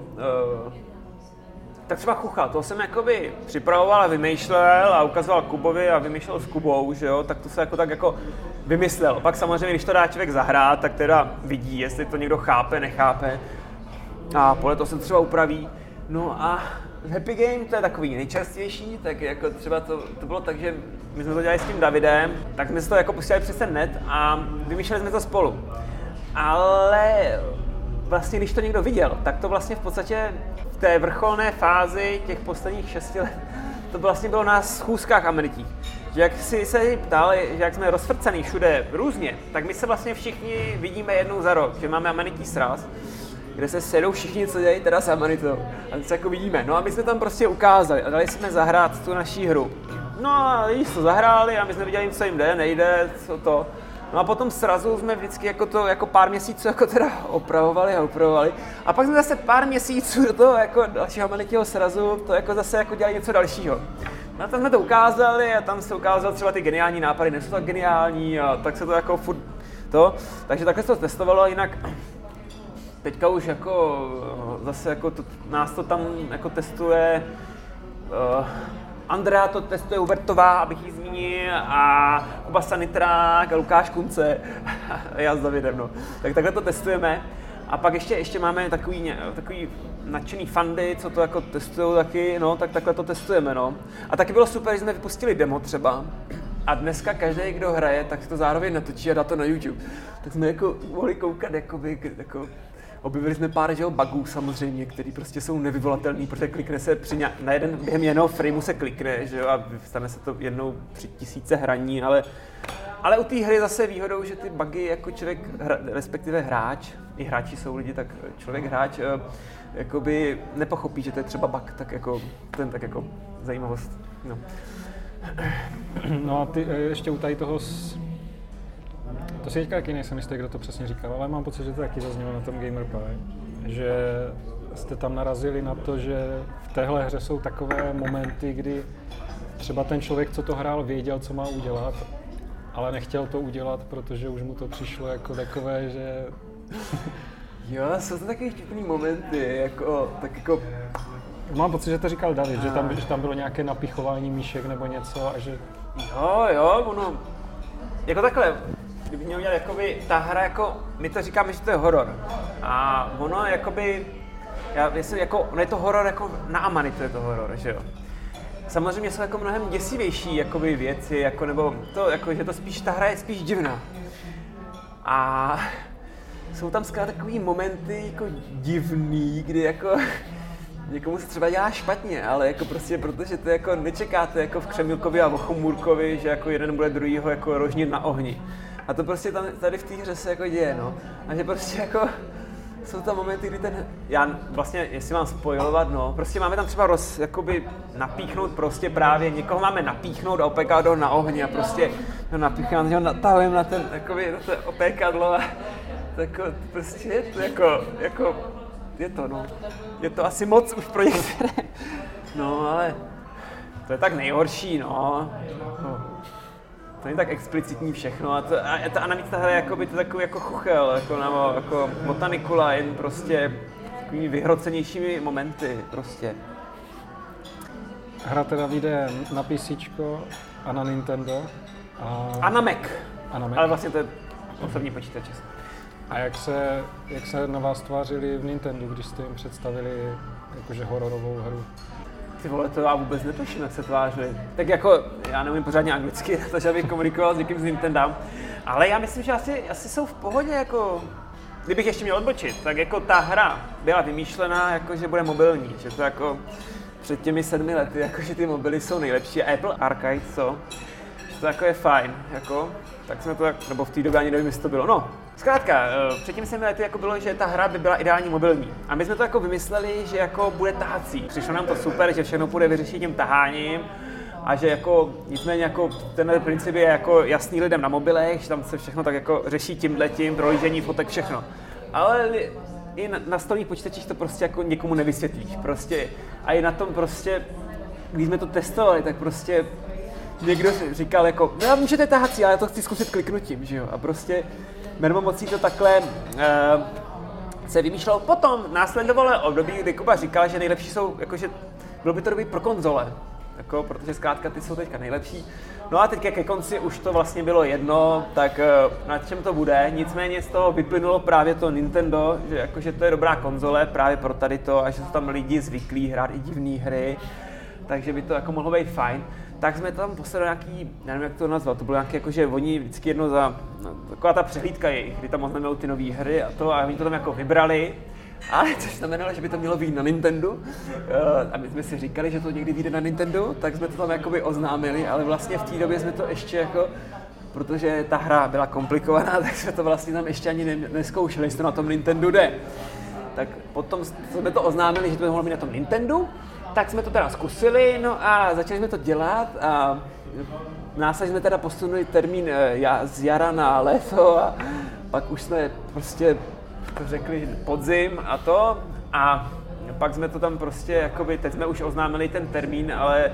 tak třeba Chuchal, toho jsem jakoby připravoval a vymýšlel a ukazoval Kubovi a vymýšlel s Kubou, že jo, tak to se jako tak jako vymyslel. Pak samozřejmě, když to dá člověk zahrát, tak teda vidí, jestli to někdo chápe, nechápe a podle toho se třeba upraví. No a Happy Game, to je takový nejčastější, tak jako třeba to bylo tak, že my jsme to dělali s tím Davidem, tak jsme si to jako pustili přes ten net a vymýšleli jsme to spolu. Ale vlastně, když to někdo viděl, tak to vlastně v podstatě v té vrcholné fázi těch posledních 6 let, to vlastně bylo na schůzkách amenití. Že jak si se ptali, že jak jsme rozfrcený všude různě, tak my se vlastně všichni vidíme jednou za rok, že máme amenitní sraz, kde se sedou všichni, co dělají teda s amenitou. A my se jako vidíme. No a my jsme tam prostě ukázali a dali jsme zahrát tu naší hru. No a lidi to zahráli a my jsme viděli, co jim jde, nejde, co to. No a potom srazu jsme vždycky jako pár měsíců jako teda opravovali. A pak jsme zase pár měsíců do toho jako dalšího amenitního srazu to jako zase jako dělali něco dalšího. No a tam jsme to ukázali a tam se ukázalo třeba ty geniální nápady, nejsou tak geniální a tak se to jako furt to. Takže takhle se to testovalo, jinak teďka už jako zase jako nás to tam jako testuje Andrea to testuje Ubertová, abych ji zmínil, a Kuba Sanitrák a Lukáš Kunce a já s Davidem, no. Tak takhle to testujeme. A pak ještě máme takový nadšený fandy, co to jako testujou taky, no, tak takhle to testujeme, no. A taky bylo super, že jsme vypustili demo třeba. A dneska každý, kdo hraje, tak si to zároveň natočí a dá to na YouTube. Tak jsme jako mohli koukat, jako objevili jsme pár bugů samozřejmě, který prostě jsou nevyvolatelný, protože klikne se během jednoho frameu se klikne, že jo, a stane se to jednou 3000 hraní, ale u té hry zase výhodou, že ty bugy jako člověk, respektive hráč, i hráči jsou lidi, tak člověk hráč jakoby nepochopí, že to je třeba bug, tak jako ten tak jako zajímavost, no. No a ty ještě u tady toho to si teďka taky nejsem jistý, kdo to přesně říkal, ale mám pocit, že to taky zaznělo na tom GamerPie, že jste tam narazili na to, že v téhle hře jsou takové momenty, kdy třeba ten člověk, co to hrál, věděl, co má udělat, ale nechtěl to udělat, protože už mu to přišlo jako takové, že... Jo, jsou to takové vtipný momenty, tak jako... Mám pocit, že to říkal David, že tam bylo nějaké napichování míšek nebo něco a že... Jo, ono... Jako takhle, kdyby měl udělat jakoby, ta hra jako, my to říkáme, že to je horor. A ono jakoby, ono je to horor jako na Amanitu je to horor, že jo. samozřejmě jsou jako mnohem děsivější jakoby věci, jako, nebo to, jako, že to spíš, ta hra je spíš divná. A jsou tam zkrátka takový momenty jako divný, kdy jako někomu se třeba dělá špatně, ale jako prostě protože to jako nečekáte jako v Křemilkovi a Vochomůrkovi, že jako jeden bude druhýho jako rožnit na ohni. A to prostě tam, tady v té hře se jako děje, no. A že prostě jako jsou tam momenty, kdy já vlastně, jestli mám spoilovat, no, prostě máme tam třeba jakoby napíchnout prostě právě, někoho máme napíchnout a opékat ho na ohni a prostě ho napícháme, ho natahujeme na ten, jakoby, na to opékadlo a tako, prostě je to jako, je to, no. Je to asi moc už pro některé. No, ale to je tak nejhorší, no. To není tak explicitní všechno a navíc ta hra je jakoby to takový jako chuchel, jako botanikula, jen prostě takovými vyhrocenějšími momenty prostě. Hra teda vyjde na PC a na Nintendo. A na Mac. Mac. Ale vlastně to je osobní počítač. A jak se na vás tvářili v Nintendu, když jste jim představili jakože hororovou hru? Ty vole, to já vůbec netuším, jak se tvářili. Tak jako, já neumím pořádně anglicky, takže abych komunikoval s někým z Nintendo. Ale já myslím, že asi jsou v pohodě, jako... Kdybych ještě měl odbočit, tak jako ta hra byla vymýšlená, jako že bude mobilní, že to jako před těmi 7 lety, jako že ty mobily jsou nejlepší. Apple Arcade, co? To jako je fajn, jako, tak jsme to tak, nebo v té době ani nevím, jestli to bylo. No, zkrátka, před těmi 7 lety jako bylo, že ta hra by byla ideální mobilní. A my jsme to jako vymysleli, že jako bude tahací. Přišlo nám to super, že všechno bude vyřešit tím taháním a že jako nicméně jako tenhle princip je jako jasný lidem na mobilech, že tam se všechno tak jako řeší tímhletím, prolížení fotek, všechno. Ale i na stolních počítačích to prostě jako někomu nevysvětlíš. Prostě a i na tom prostě, když jsme to testovali, tak prostě někdo říkal jako, no můžete tahací, ale já to chci zkusit kliknutím, že jo. A prostě mermomocí to takhle se vymýšlelo. Potom následovalo období, kdy Kuba říkal, že nejlepší jsou, jakože bylo by to dobrý pro konzole. Jako, protože zkrátka ty jsou teďka nejlepší. No a teďka ke konci už to vlastně bylo jedno, tak na čem to bude. Nicméně z toho vyplynulo právě to Nintendo, že jakože to je dobrá konzole právě pro tady to a že jsou tam lidi zvyklí hrát i divné hry. Takže by to jako mohlo být fajn. Tak jsme tam poslali nějaký, já nevím jak to nazvat, to bylo nějaké jako, že oni vždycky jedno taková ta přehlídka jejich, kdy tam oznámili ty nové hry a oni to tam jako vybrali. Ale což znamenalo, že by to mělo být na Nintendo. A my jsme si říkali, že to někdy vyjde na Nintendo, tak jsme to tam jakoby oznámili, ale vlastně v té době jsme to ještě jako, protože ta hra byla komplikovaná, tak jsme to vlastně tam ještě ani neskoušeli, jestli to na tom Nintendo jde. Tak potom jsme to oznámili, že to by mohlo být na tom Nintendo, tak jsme to teda zkusili, no a začali jsme to dělat a následně jsme teda posunuli termín z jara na léto a pak už jsme prostě to řekli podzim a to a pak jsme to tam prostě jakoby, teď jsme už oznámili ten termín, ale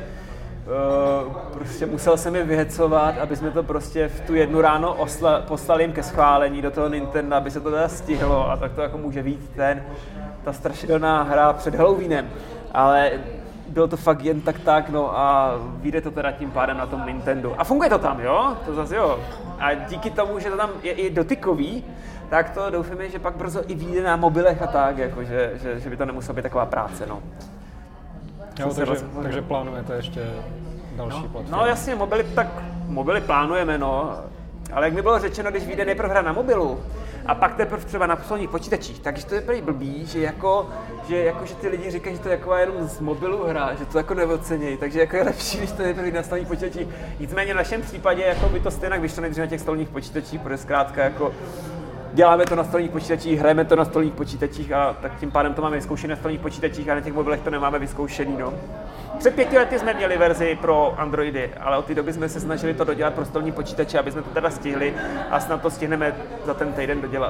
prostě musel jsem je vyhecovat, aby jsme to prostě v tu 1 ráno poslali jim ke schválení do toho Nintendo, aby se to teda stihlo a tak to jako může být ta strašidelná hra před Halloweenem, ale bylo to fakt jen tak, no a vyjde to teda tím pádem na tom Nintendo. A funguje to tam, jo? To zase jo. A díky tomu, že to tam je i dotykový, tak to doufáme, že pak brzo i vyjde na mobilech a tak, jako, že by to nemusela být taková práce, no. Jo, takže plánujete ještě další platformy? No jasně, mobily plánujeme, no. Ale jak mi bylo řečeno, když vyjde nejprve hra na mobilu, a pak teprve třeba na stolních počítačích, takže to je prý blbý, že ty lidi říkají, že to je jako jenom z mobilu hra, že to jako neocenějí, takže jako je lepší, když to je na stolních počítačích. Nicméně v našem případě jako by to stejně vyšlo nejdřív na těch stolních počítačích, protože zkrátka jako děláme to na stolních počítačích, hrajeme to na stolních počítačích a tak tím pádem to máme vyzkoušené na stolních počítačích a na těch mobilech to nemáme vyzkoušený, no. Před 5 lety jsme měli verzi pro Androidy, ale od té doby jsme se snažili to dodělat pro stolní počítače, aby jsme to teda stihli a snad to stihneme za ten týden dodělat.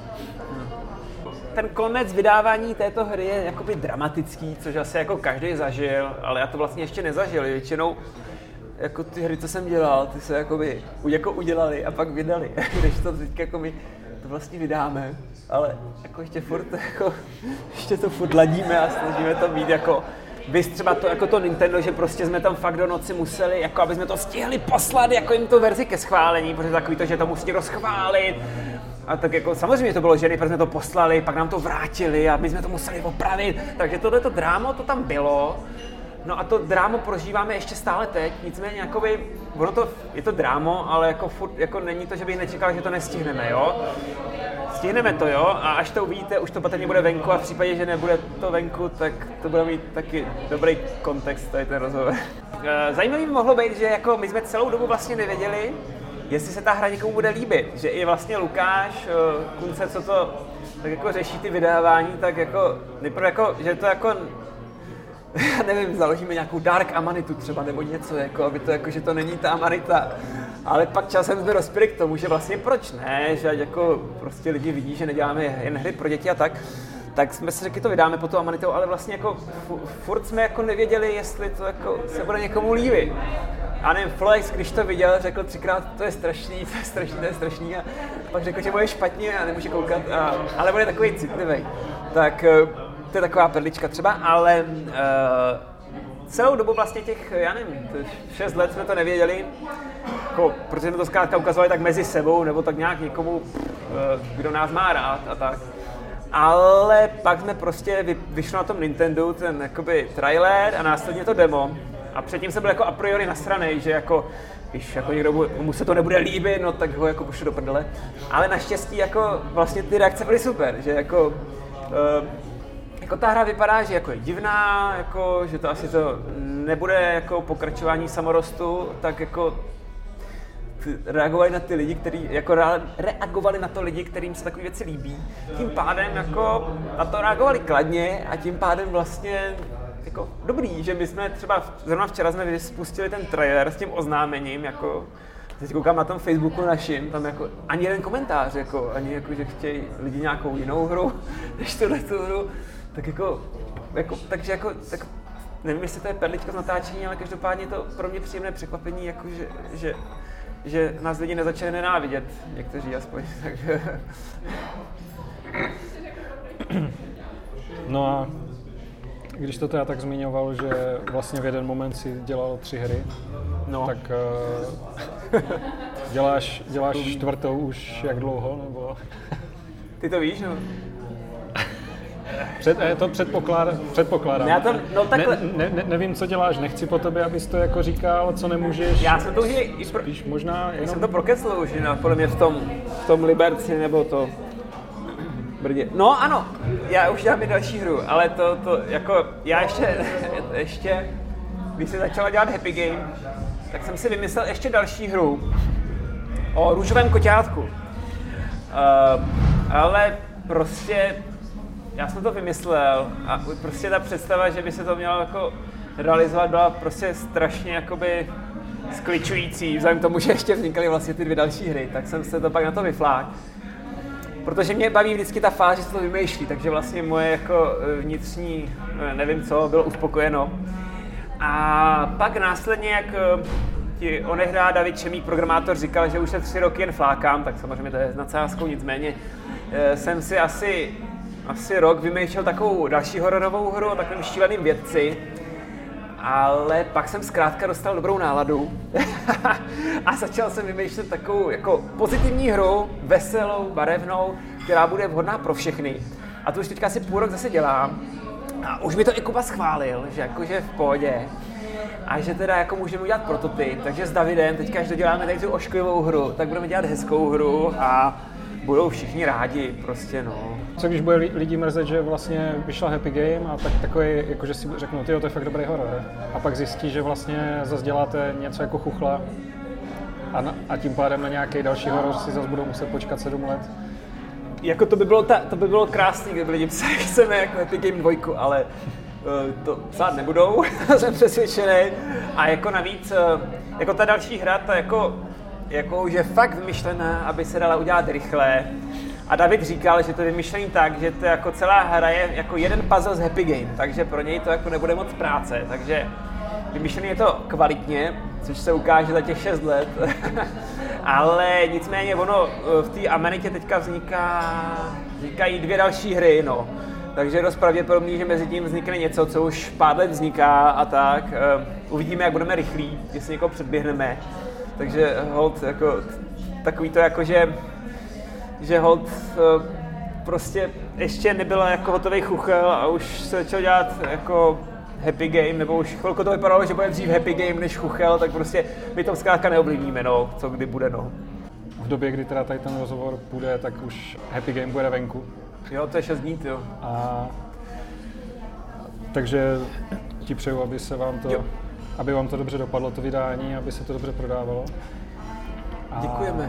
Ten konec vydávání této hry je jakoby dramatický, což asi jako každý zažil, ale já to vlastně ještě nezažil. Většinou jako ty hry, co jsem dělal, ty se jakoby jako udělali a pak vydali. Když to teď jako my to vlastně vydáme, ale jako ještě to furt ladíme a snažíme to mít jako vys třeba to jako to Nintendo, že prostě jsme tam fakt do noci museli, jako aby jsme to stihli poslat jako jim tu verzi ke schválení, protože takový to, že to musí rozchválit. A tak jako samozřejmě to bylo, že nejprve jsme to poslali, pak nám to vrátili a my jsme to museli opravit, takže tohleto drámo to tam bylo. No a to drámo prožíváme ještě stále teď, nicméně jakoby, je to drámo, ale jako furt, jako není to, že bych nečekal, že to nestihneme, jo. Stihneme to, jo, a až to uvidíte, už to patrně bude venku a v případě, že nebude to venku, tak to bude mít taky dobrý kontext, tady ten rozhovor. Zajímavý by mohlo být, že jako my jsme celou dobu vlastně nevěděli, jestli se ta hra někomu bude líbit, že i vlastně Lukáš Kunce, co to tak jako řeší ty vydávání, tak jako nejprve jako, že to jako já nevím, založíme nějakou dark amanitu třeba nebo něco, jako, aby to jako, že to není ta amanita. Ale pak časem jsme dospěli k tomu, že vlastně proč ne, že jako prostě lidi vidí, že neděláme jen hry pro děti a tak jsme si řekli, to vydáme po tu amanitou, ale vlastně jako furt jsme jako nevěděli, jestli to jako se bude někomu líbit. A nevím, Flex, když to viděl, řekl 3krát, to je strašný a pak řekl, že bude špatně a nemůže koukat, ale bude takový citlivý. Tak to je taková perlička třeba, ale celou dobu vlastně těch, já nevím, 6 let jsme to nevěděli, jako, protože jsme to zkrátka ukazovali tak mezi sebou, nebo tak nějak někomu, kdo nás má rád a tak. Ale pak jsme prostě vyšlo na tom Nintendo ten jakoby trailer a následně to demo. A předtím jsem byl jako a priori nasranej, že jako, když jako někdo mu se to nebude líbit, no tak ho jako pošlu do prdele. Ale naštěstí jako vlastně ty reakce byly super, že jako ta hra vypadá, že jako je divná, jako, že to asi to nebude jako pokračování samorostu, tak jako reagovali na ty lidi, kteří jako reagovali na to lidi, kterým se takové věci líbí. Tím pádem jako na to reagovali kladně a tím pádem vlastně jako dobrý, že my jsme třeba zrovna včera jsme spustili ten trailer s tím oznámením, jako teď koukám na tom Facebooku našim, tam jako ani jeden komentář, jako ani jako, že chtějí lidi nějakou jinou hru, než tu hru, tak takže jako, tak nevím, jestli to je perlička z natáčení, ale každopádně je to pro mě příjemné překvapení, jako že nás lidi nezačali nenávidět, někteří aspoň, takže. No a když to teda tak zmiňoval, že vlastně v jeden moment si dělal 3 hry, no. Tak děláš 4. už jak dlouho, nebo? Ty to víš, no? To předpokládám. Já to, no takhle. Nevím, co děláš, nechci po tobě, abys to jako říkal, co nemůžeš. Já jsem to už spíš možná jenom. Jsem to prokecl už, podle mě v tom Liberci nebo to Brdě. No ano, já už dělám i další hru, ale to jako já ještě když jsem začala dělat Happy Game, tak jsem si vymyslel ještě další hru o růžovém koťátku. Ale prostě já jsem to vymyslel a prostě ta představa, že by se to mělo jako realizovat, byla prostě strašně jakoby skličující, vzhledem k tomu, že ještě vznikaly vlastně ty 2 další hry, tak jsem se to pak na to vyflákl. Protože mě baví vždycky ta fáze, že se to vymýšlí, takže vlastně moje jako vnitřní, nevím co, bylo uspokojeno. A pak následně, jak ti onehdá David Čemík, programátor, říkal, že už se 3 roky jen flákám, tak samozřejmě to je s nadsázkou, nicméně jsem si asi rok vymýšlel takovou další hororovou hru o takovém šíleným vědci, ale pak jsem zkrátka dostal dobrou náladu a začal jsem vymýšlet takovou jako pozitivní hru, veselou, barevnou, která bude vhodná pro všechny. A to už teďka asi půl rok zase dělám a už mi to i Kuba schválil, že jakože v pohodě a že teda jako můžeme udělat prototyp, takže s Davidem teďka, až doděláme tady tu ošklivou hru, tak budeme dělat hezkou hru a budou všichni rádi, prostě no. Co když bude lidi mrzet, že vlastně vyšla Happy Game a tak takový, jakože si řeknou, tyjo, to je fakt dobrý horor. A pak zjistí, že vlastně zase děláte něco jako chuchla a tím pádem na nějaký další horor si zase budou muset počkat 7 let. Jako to by bylo krásný, kdyby lidi psali, chceme jako Happy Game 2, ale to psát nebudou, jsem přesvědčený. A jako navíc, jako ta další hra, ta jako už je fakt vymyšlená, aby se dala udělat rychle. A David říkal, že to je vymyšlený tak, že to jako celá hra je jako jeden puzzle z Happy Game, takže pro něj to jako nebude moc práce, takže vymyšlený je to kvalitně, což se ukáže za těch 6 let. Ale nicméně ono v té Amenitě teďka vznikají 2 další hry, no. Takže je dost pravděpodobný, že mezi tím vznikne něco, co už pár let vzniká a tak. Uvidíme, jak budeme rychlí, jestli někoho předběhneme. Takže hold, jako, takový to jako, že hold prostě ještě nebyla jako hotový chuchel a už se začal dělat jako Happy Game, nebo už chvilku to vypadalo, že bude dřív Happy Game než Chuchel, tak prostě my to zkrátka neovlivníme, no, co kdy bude, no. V době, kdy teda tady ten rozhovor půjde, tak už Happy Game bude venku. Jo, to je 6 dní, jo. Takže ti přeju, aby vám to dobře dopadlo, to vydání, aby se to dobře prodávalo. Děkujeme.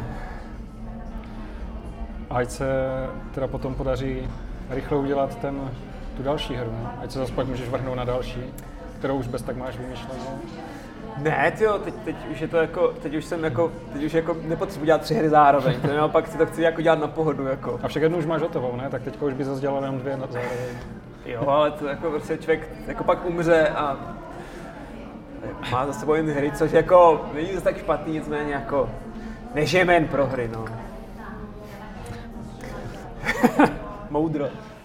Ať se teda potom podaří rychle udělat tu další hru, ne? Ať se zase pak můžeš vrhnout na další, kterou už bez tak máš vymyšlenou. Ne, tyjo, teď už je to jako, teď už jako nepotřebuji dělat 3 hry zároveň, to naopak si to chci jako dělat na pohodu, jako. A však jednu už máš hotovou, ne? Tak teďka už by zase dělal jenom 2 zároveň. Jo, ale to jako prostě člověk jako pak umře a má za sebou jen hry, což jako není zase tak špatný, nicméně jako nežijeme jen pro hry, no. Moudro.